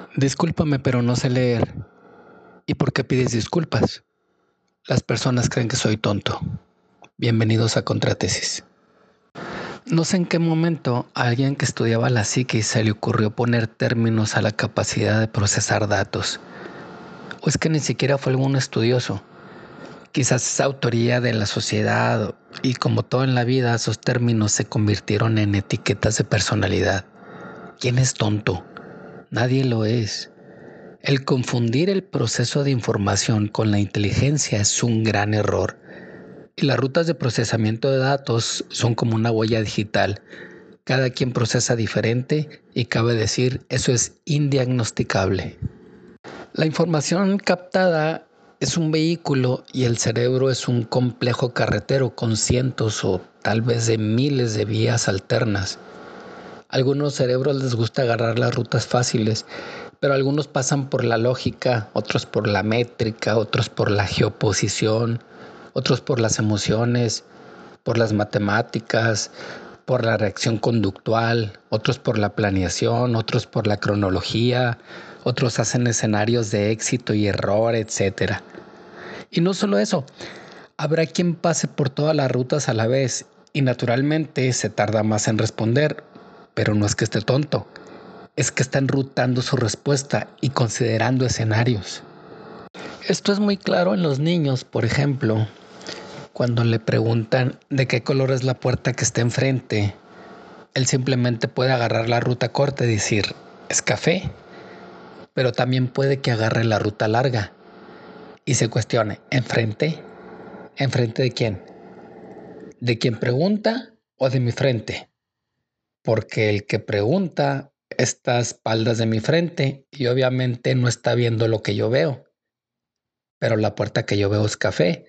Discúlpame, pero no sé leer. ¿Y por qué pides disculpas? Las personas creen que soy tonto. Bienvenidos a Contratesis. No sé en qué momento a alguien que estudiaba la psique se le ocurrió poner términos a la capacidad de procesar datos. O es que ni siquiera fue algún estudioso. Quizás es autoría de la sociedad y como todo en la vida, esos términos se convirtieron en etiquetas de personalidad. ¿Quién es tonto? Nadie lo es. El confundir el proceso de información con la inteligencia es un gran error. Y las rutas de procesamiento de datos son como una huella digital. Cada quien procesa diferente y cabe decir, eso es indiagnosticable. La información captada es un vehículo y el cerebro es un complejo carretero con cientos o tal vez de miles de vías alternas. A algunos cerebros les gusta agarrar las rutas fáciles, pero algunos pasan por la lógica, otros por la métrica, otros por la geoposición, otros por las emociones, por las matemáticas, por la reacción conductual, otros por la planeación, otros por la cronología, otros hacen escenarios de éxito y error, etc. Y no solo eso, habrá quien pase por todas las rutas a la vez y naturalmente se tarda más en responder, pero no es que esté tonto, es que está enrutando su respuesta y considerando escenarios. Esto es muy claro en los niños, por ejemplo, cuando le preguntan de qué color es la puerta que está enfrente, él simplemente puede agarrar la ruta corta y decir, es café, pero también puede que agarre la ruta larga y se cuestione, ¿enfrente? ¿Enfrente de quién? ¿De quien pregunta o de mi frente? Porque el que pregunta está a espaldas de mi frente y obviamente no está viendo lo que yo veo, pero la puerta que yo veo es café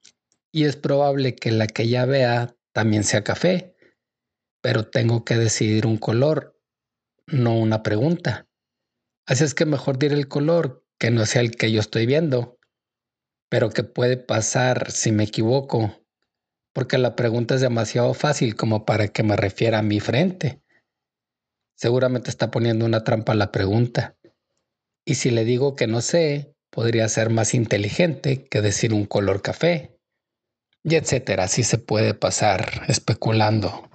y es probable que la que ella vea también sea café, pero tengo que decidir un color, no una pregunta. Así es que mejor diré el color que no sea el que yo estoy viendo, pero que puede pasar si me equivoco, porque la pregunta es demasiado fácil como para que me refiera a mi frente. Seguramente está poniendo una trampa a la pregunta. Y si le digo que no sé, podría ser más inteligente que decir un color café, y etcétera. Así se puede pasar especulando.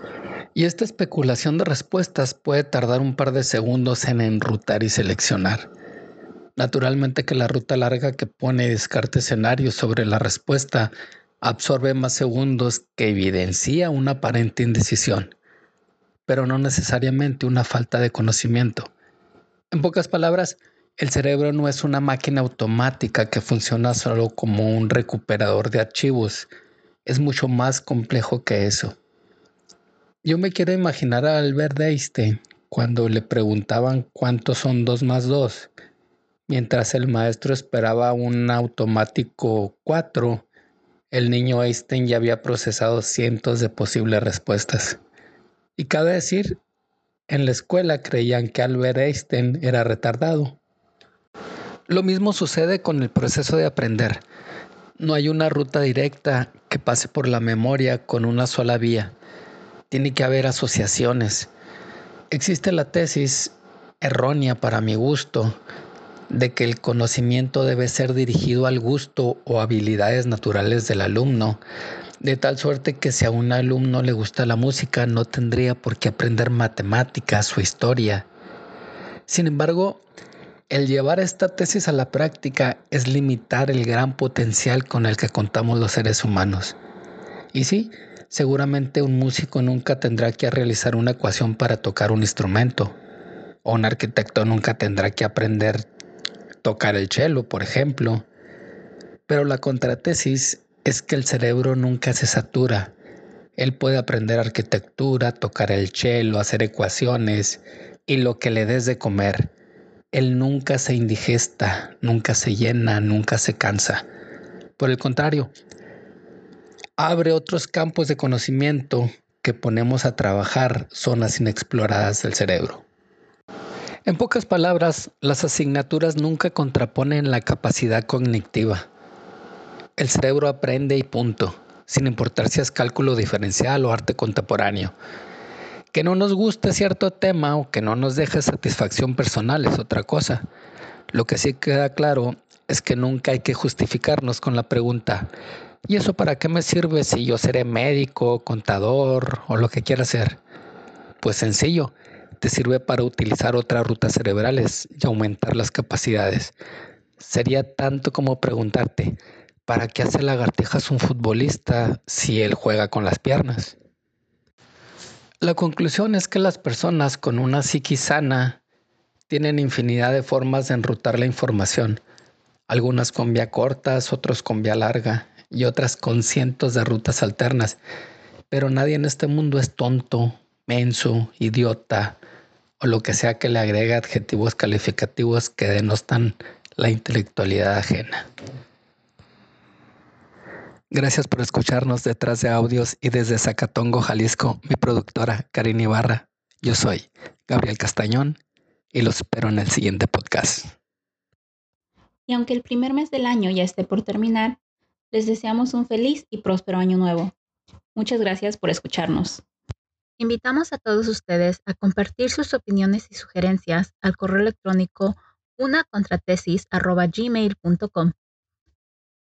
Y esta especulación de respuestas puede tardar un par de segundos en enrutar y seleccionar. Naturalmente que la ruta larga que pone y descarta escenarios sobre la respuesta absorbe más segundos que evidencia una aparente indecisión, pero no necesariamente una falta de conocimiento. En pocas palabras, el cerebro no es una máquina automática que funciona solo como un recuperador de archivos. Es mucho más complejo que eso. Yo me quiero imaginar a Albert Einstein cuando le preguntaban cuántos son 2 más 2, mientras el maestro esperaba un automático 4. El niño Einstein ya había procesado cientos de posibles respuestas. Y cabe decir, en la escuela creían que Albert Einstein era retardado. Lo mismo sucede con el proceso de aprender. No hay una ruta directa que pase por la memoria con una sola vía. Tiene que haber asociaciones. Existe la tesis, errónea para mi gusto, de que el conocimiento debe ser dirigido al gusto o habilidades naturales del alumno, de tal suerte que si a un alumno le gusta la música no tendría por qué aprender matemáticas o historia. Sin embargo, el llevar esta tesis a la práctica es limitar el gran potencial con el que contamos los seres humanos. Y sí, seguramente un músico nunca tendrá que realizar una ecuación para tocar un instrumento, o un arquitecto nunca tendrá que aprender a tocar el cello, por ejemplo. Pero la contratesis es que el cerebro nunca se satura. Él puede aprender arquitectura, tocar el cello, hacer ecuaciones y lo que le des de comer. Él nunca se indigesta, nunca se llena, nunca se cansa. Por el contrario, abre otros campos de conocimiento que ponemos a trabajar zonas inexploradas del cerebro. En pocas palabras, las asignaturas nunca contraponen la capacidad cognitiva. El cerebro aprende y punto, sin importar si es cálculo diferencial o arte contemporáneo. Que no nos guste cierto tema o que no nos deje satisfacción personal es otra cosa. Lo que sí queda claro es que nunca hay que justificarnos con la pregunta: ¿y eso para qué me sirve si yo seré médico, contador o lo que quiera hacer? Pues sencillo, te sirve para utilizar otras rutas cerebrales y aumentar las capacidades. Sería tanto como preguntarte: ¿para qué hace lagartijas un futbolista si él juega con las piernas? La conclusión es que las personas con una psiquis sana tienen infinidad de formas de enrutar la información, algunas con vía cortas, otros con vía larga y otras con cientos de rutas alternas. Pero nadie en este mundo es tonto, menso, idiota o lo que sea que le agregue adjetivos calificativos que denostan la intelectualidad ajena. Gracias por escucharnos detrás de audios y desde Zacatongo, Jalisco, mi productora Karina Ibarra. Yo soy Gabriel Castañón y los espero en el siguiente podcast. Y aunque el primer mes del año ya esté por terminar, les deseamos un feliz y próspero año nuevo. Muchas gracias por escucharnos. Invitamos a todos ustedes a compartir sus opiniones y sugerencias al correo electrónico unacontratesis@gmail.com.